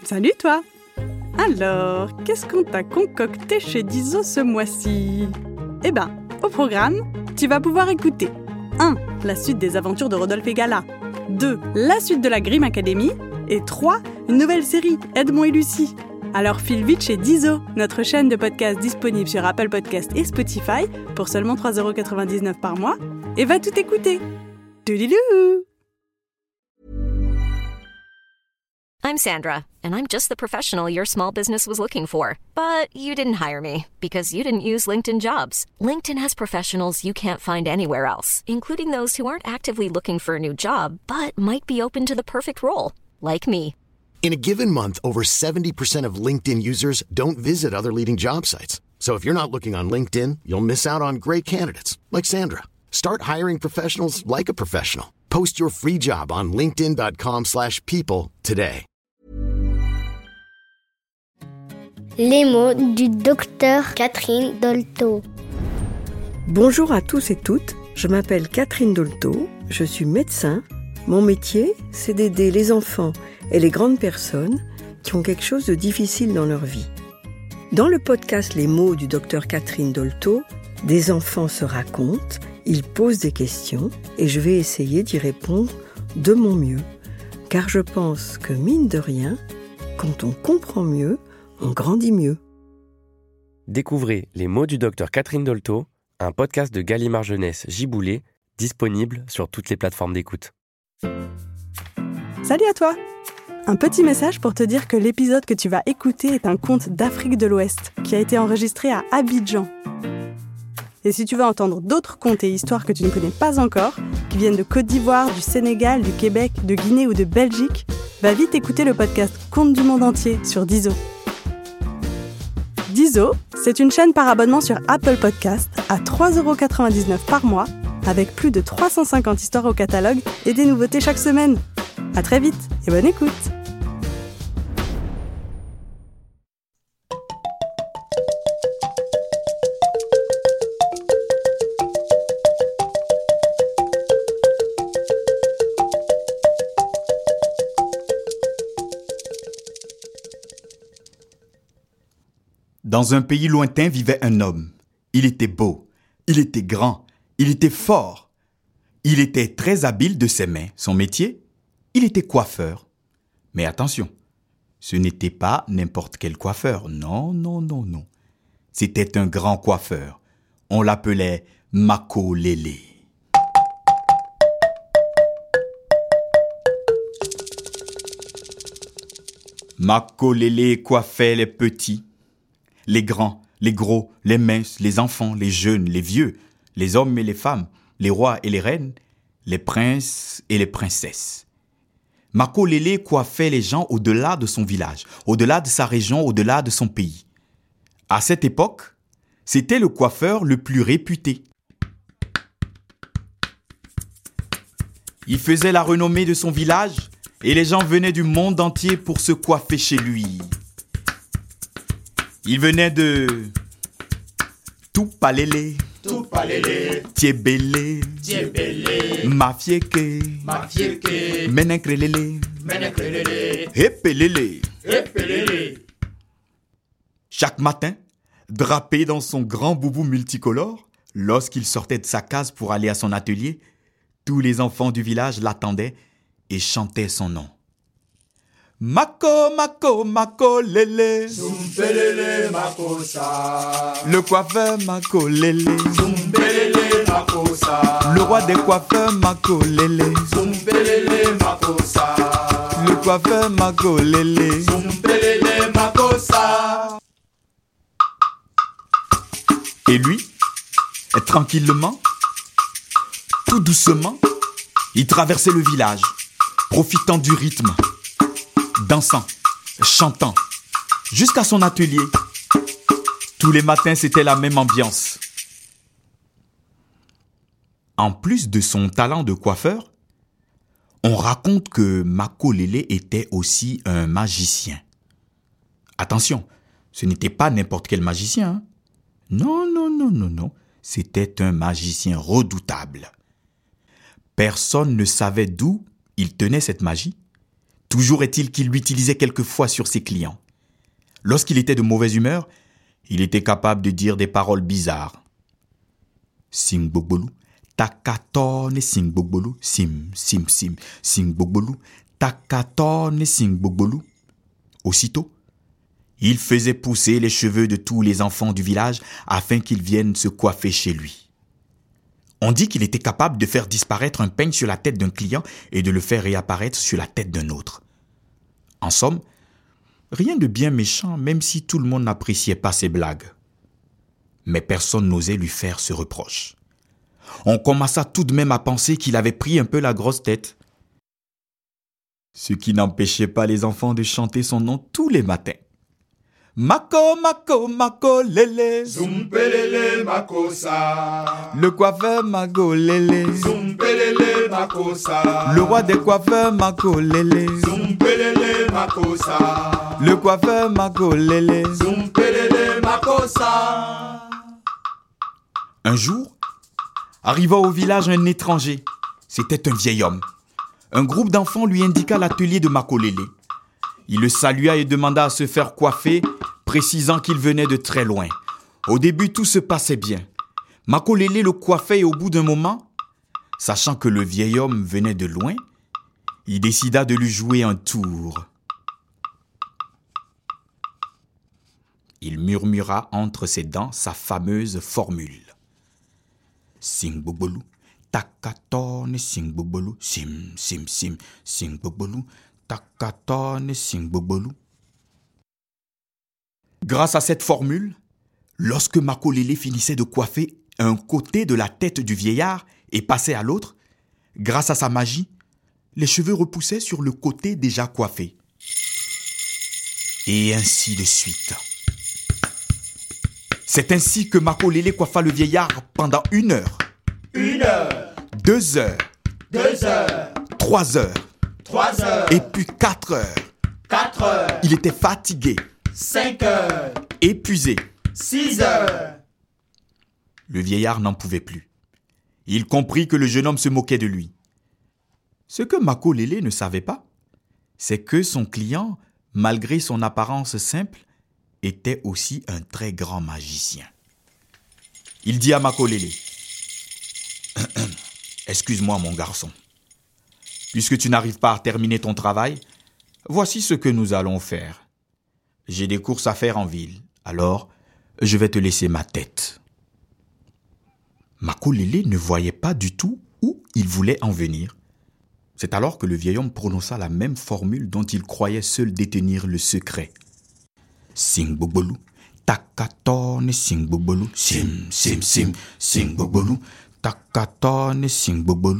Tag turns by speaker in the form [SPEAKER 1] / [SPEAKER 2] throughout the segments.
[SPEAKER 1] Salut toi! Alors, qu'est-ce qu'on t'a concocté chez Diso ce mois-ci? Eh ben, au programme, tu vas pouvoir écouter 1. La suite des aventures de Rodolphe et Gala, 2. La suite de la Grimm Academy et 3. Une nouvelle série, Edmond et Lucie. Alors file vite chez Diso, notre chaîne de podcast disponible sur Apple Podcasts et Spotify pour seulement 3,99€ par mois et va tout écouter. Toudilou!
[SPEAKER 2] I'm Sandra, and I'm just the professional your small business was looking for. But you didn't hire me because you didn't use LinkedIn Jobs. LinkedIn has professionals you can't find anywhere else, including those who aren't actively looking for a new job, but might be open to the perfect role, like me.
[SPEAKER 3] In a given month, over 70% of LinkedIn users don't visit other leading job sites. So if you're not looking on LinkedIn, you'll miss out on great candidates like Sandra. Start hiring professionals like a professional. Post your free job on linkedin.com/people today.
[SPEAKER 4] Les mots du docteur Catherine Dolto.
[SPEAKER 5] Bonjour à tous et toutes, je m'appelle Catherine Dolto, je suis médecin. Mon métier, c'est d'aider les enfants et les grandes personnes qui ont quelque chose de difficile dans leur vie. Dans le podcast Les mots du docteur Catherine Dolto, des enfants se racontent, ils posent des questions et je vais essayer d'y répondre de mon mieux. Car je pense que mine de rien, quand on comprend mieux, on grandit mieux.
[SPEAKER 6] Découvrez Les mots du docteur Catherine Dolto, un podcast de Gallimard Jeunesse Giboulé, disponible sur toutes les plateformes d'écoute.
[SPEAKER 1] Salut à toi! Un petit message pour te dire que l'épisode que tu vas écouter est un conte d'Afrique de l'Ouest qui a été enregistré à Abidjan. Et si tu veux entendre d'autres contes et histoires que tu ne connais pas encore, qui viennent de Côte d'Ivoire, du Sénégal, du Québec, de Guinée ou de Belgique, va vite écouter le podcast Contes du monde entier sur Diso. Diso, c'est une chaîne par abonnement sur Apple Podcasts à 3,99€ par mois, avec plus de 350 histoires au catalogue et des nouveautés chaque semaine. À très vite et bonne écoute!
[SPEAKER 7] Dans un pays lointain vivait un homme. Il était beau, il était grand, il était fort. Il était très habile de ses mains. Son métier, il était coiffeur. Mais attention, ce n'était pas n'importe quel coiffeur. Non. C'était un grand coiffeur. On l'appelait Makolele. Makolele coiffait les petits, les grands, les gros, les minces, les enfants, les jeunes, les vieux, les hommes et les femmes, les rois et les reines, les princes et les princesses. Makolele coiffait les gens au-delà de son village, au-delà de sa région, au-delà de son pays. À cette époque, c'était le coiffeur le plus réputé. Il faisait la renommée de son village et les gens venaient du monde entier pour se coiffer chez lui. Il venait de Tupalele, Tiebele, Mafieke, Menekrelele, Epelele. Chaque matin, drapé dans son grand boubou multicolore, lorsqu'il sortait de sa case pour aller à son atelier, tous les enfants du village l'attendaient et chantaient son nom. Mako, mako, mako, lele.
[SPEAKER 8] Zumbelele, makosa.
[SPEAKER 7] Le coiffeur Makolele.
[SPEAKER 8] Zumbelele, makosa.
[SPEAKER 7] Le roi des coiffeurs Makolele.
[SPEAKER 8] Zumbelele, makosa.
[SPEAKER 7] Le coiffeur Makolele.
[SPEAKER 8] Zumbelele, makosa.
[SPEAKER 7] Et lui, tranquillement, tout doucement, il traversait le village, profitant du rythme, dansant, chantant, jusqu'à son atelier. Tous les matins, c'était la même ambiance. En plus de son talent de coiffeur, on raconte que Makolele était aussi un magicien. Attention, ce n'était pas n'importe quel magicien. Hein? Non. C'était un magicien redoutable. Personne ne savait d'où il tenait cette magie, Toujours est-il qu'il l'utilisait quelquefois sur ses clients. Lorsqu'il était de mauvaise humeur, il était capable de dire des paroles bizarres. Sing bogbolu, takatone sing bogbolu, sim, sim, sim, sing bogbolu, takatone sing bogbolu. Aussitôt, il faisait pousser les cheveux de tous les enfants du village afin qu'ils viennent se coiffer chez lui. On dit qu'il était capable de faire disparaître un peigne sur la tête d'un client et de le faire réapparaître sur la tête d'un autre. En somme, rien de bien méchant, même si tout le monde n'appréciait pas ses blagues. Mais personne n'osait lui faire ce reproche. On commença tout de même à penser qu'il avait pris un peu la grosse tête. Ce qui n'empêchait pas les enfants de chanter son nom tous les matins. Mako, mako, mako, lélé.
[SPEAKER 8] Zumpelele makosa.
[SPEAKER 7] Le coiffeur Mako lélé.
[SPEAKER 8] Zumpelele makosa.
[SPEAKER 7] Le roi des coiffeurs Mako lélé.
[SPEAKER 8] Zumpelele makosa.
[SPEAKER 7] Le coiffeur Mako lélé.
[SPEAKER 8] Zumpelele makosa.
[SPEAKER 7] Un jour, arriva au village un étranger. C'était un vieil homme. Un groupe d'enfants lui indiqua l'atelier de Mako lélé. Il le salua et demanda à se faire coiffer, précisant qu'il venait de très loin. Au début, tout se passait bien. Mako lélé le coiffait et au bout d'un moment, sachant que le vieil homme venait de loin, il décida de lui jouer un tour. Il murmura entre ses dents sa fameuse formule. Sing bobolou, takatone sing bobolou, sim sim sim, sing bobolou, takatone sing bobolou. Grâce à cette formule, lorsque Mako lélé finissait de coiffer un côté de la tête du vieillard et passait à l'autre, grâce à sa magie, les cheveux repoussaient sur le côté déjà coiffé. Et ainsi de suite. C'est ainsi que Mako lélé coiffa le vieillard pendant 1 heure.
[SPEAKER 8] 1 heure.
[SPEAKER 7] 2 heures.
[SPEAKER 8] 2 heures.
[SPEAKER 7] 3 heures.
[SPEAKER 8] 3 heures.
[SPEAKER 7] Et puis 4 heures.
[SPEAKER 8] 4 heures.
[SPEAKER 7] Il était fatigué,
[SPEAKER 8] 5 heures.
[SPEAKER 7] épuisé.
[SPEAKER 8] 6 heures.
[SPEAKER 7] Le vieillard n'en pouvait plus. Il comprit que le jeune homme se moquait de lui. Ce que Mako lélé ne savait pas, c'est que son client, malgré son apparence simple, était aussi un très grand magicien. Il dit à Mako lélé, « Excuse-moi mon garçon, puisque tu n'arrives pas à terminer ton travail, voici ce que nous allons faire. J'ai des courses à faire en ville, alors je vais te laisser ma tête. » Mako lélé ne voyait pas du tout où il voulait en venir. C'est alors que le vieil homme prononça la même formule dont il croyait seul détenir le secret. Sing bobolou, takatone sing bobolou, sim sim sim, sing bobolou, takatone sing bobolou.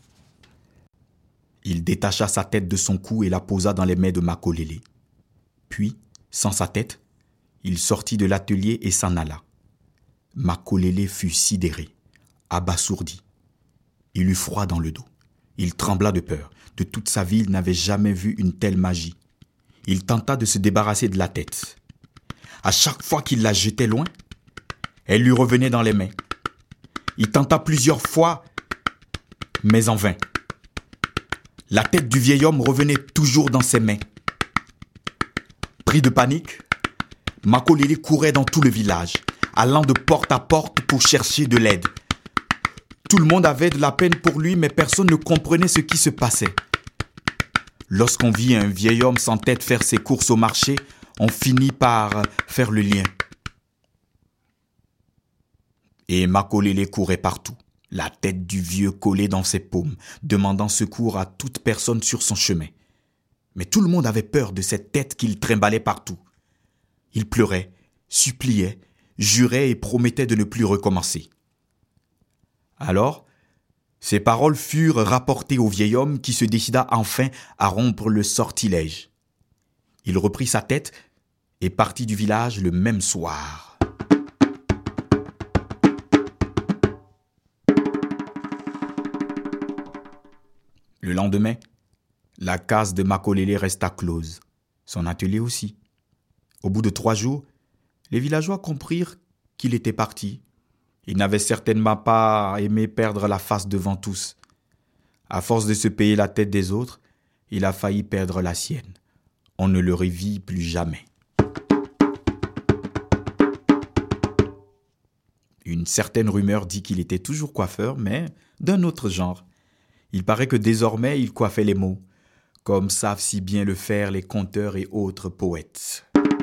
[SPEAKER 7] Il détacha sa tête de son cou et la posa dans les mains de Mako lélé. Puis, sans sa tête, il sortit de l'atelier et s'en alla. Mako lélé fut sidéré, abasourdi. Il eut froid dans le dos. Il trembla de peur. De toute sa vie, il n'avait jamais vu une telle magie. Il tenta de se débarrasser de la tête. À chaque fois qu'il la jetait loin, elle lui revenait dans les mains. Il tenta plusieurs fois, mais en vain. La tête du vieil homme revenait toujours dans ses mains. Pris de panique, Mako lélé courait dans tout le village, allant de porte à porte pour chercher de l'aide. Tout le monde avait de la peine pour lui, mais personne ne comprenait ce qui se passait. Lorsqu'on vit un vieil homme sans tête faire ses courses au marché, on finit par faire le lien. Et Mako lélé courait partout, la tête du vieux collée dans ses paumes, demandant secours à toute personne sur son chemin. Mais tout le monde avait peur de cette tête qu'il trimballait partout. Il pleurait, suppliait, jurait et promettait de ne plus recommencer. Alors, ces paroles furent rapportées au vieil homme qui se décida enfin à rompre le sortilège. Il reprit sa tête et partit du village le même soir. Le lendemain, la case de Mako lélé resta close, son atelier aussi. Au bout de 3 jours, les villageois comprirent qu'il était parti. Il n'avait certainement pas aimé perdre la face devant tous. À force de se payer la tête des autres, il a failli perdre la sienne. On ne le revit plus jamais. Une certaine rumeur dit qu'il était toujours coiffeur, mais d'un autre genre. Il paraît que désormais il coiffait les mots, comme savent si bien le faire les conteurs et autres poètes.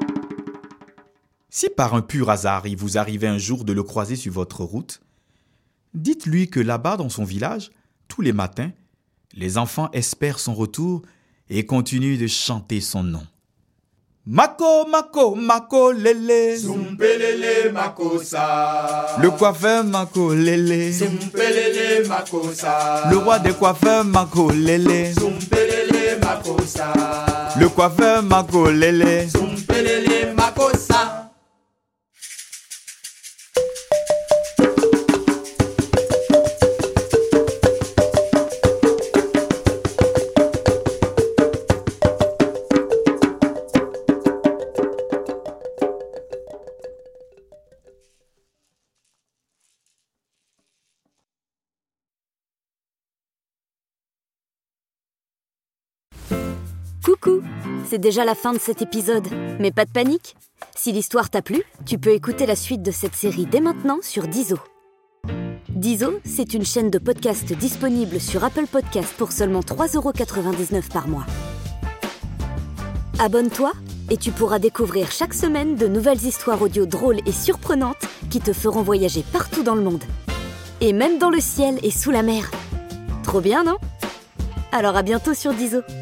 [SPEAKER 7] Si par un pur hasard il vous arrivait un jour de le croiser sur votre route, dites-lui que là-bas dans son village, tous les matins, les enfants espèrent son retour et continuent de chanter son nom. Mako, Mako, Mako, Lélé.
[SPEAKER 8] Zumpelele Makosa.
[SPEAKER 7] Le coiffeur Mako, Lélé.
[SPEAKER 8] Zumpelele Makosa.
[SPEAKER 7] Le roi des coiffeurs Mako, Lélé.
[SPEAKER 8] Zumpelele Makosa.
[SPEAKER 7] Le coiffeur Mako, Lélé.
[SPEAKER 8] Zumpelele Makosa.
[SPEAKER 9] Coucou, c'est déjà la fin de cet épisode, mais pas de panique. Si l'histoire t'a plu, tu peux écouter la suite de cette série dès maintenant sur Diso. Diso, c'est une chaîne de podcast disponible sur Apple Podcasts pour seulement 3,99 € par mois. Abonne-toi et tu pourras découvrir chaque semaine de nouvelles histoires audio drôles et surprenantes qui te feront voyager partout dans le monde. Et même dans le ciel et sous la mer. Trop bien, non ? Alors à bientôt sur Diso.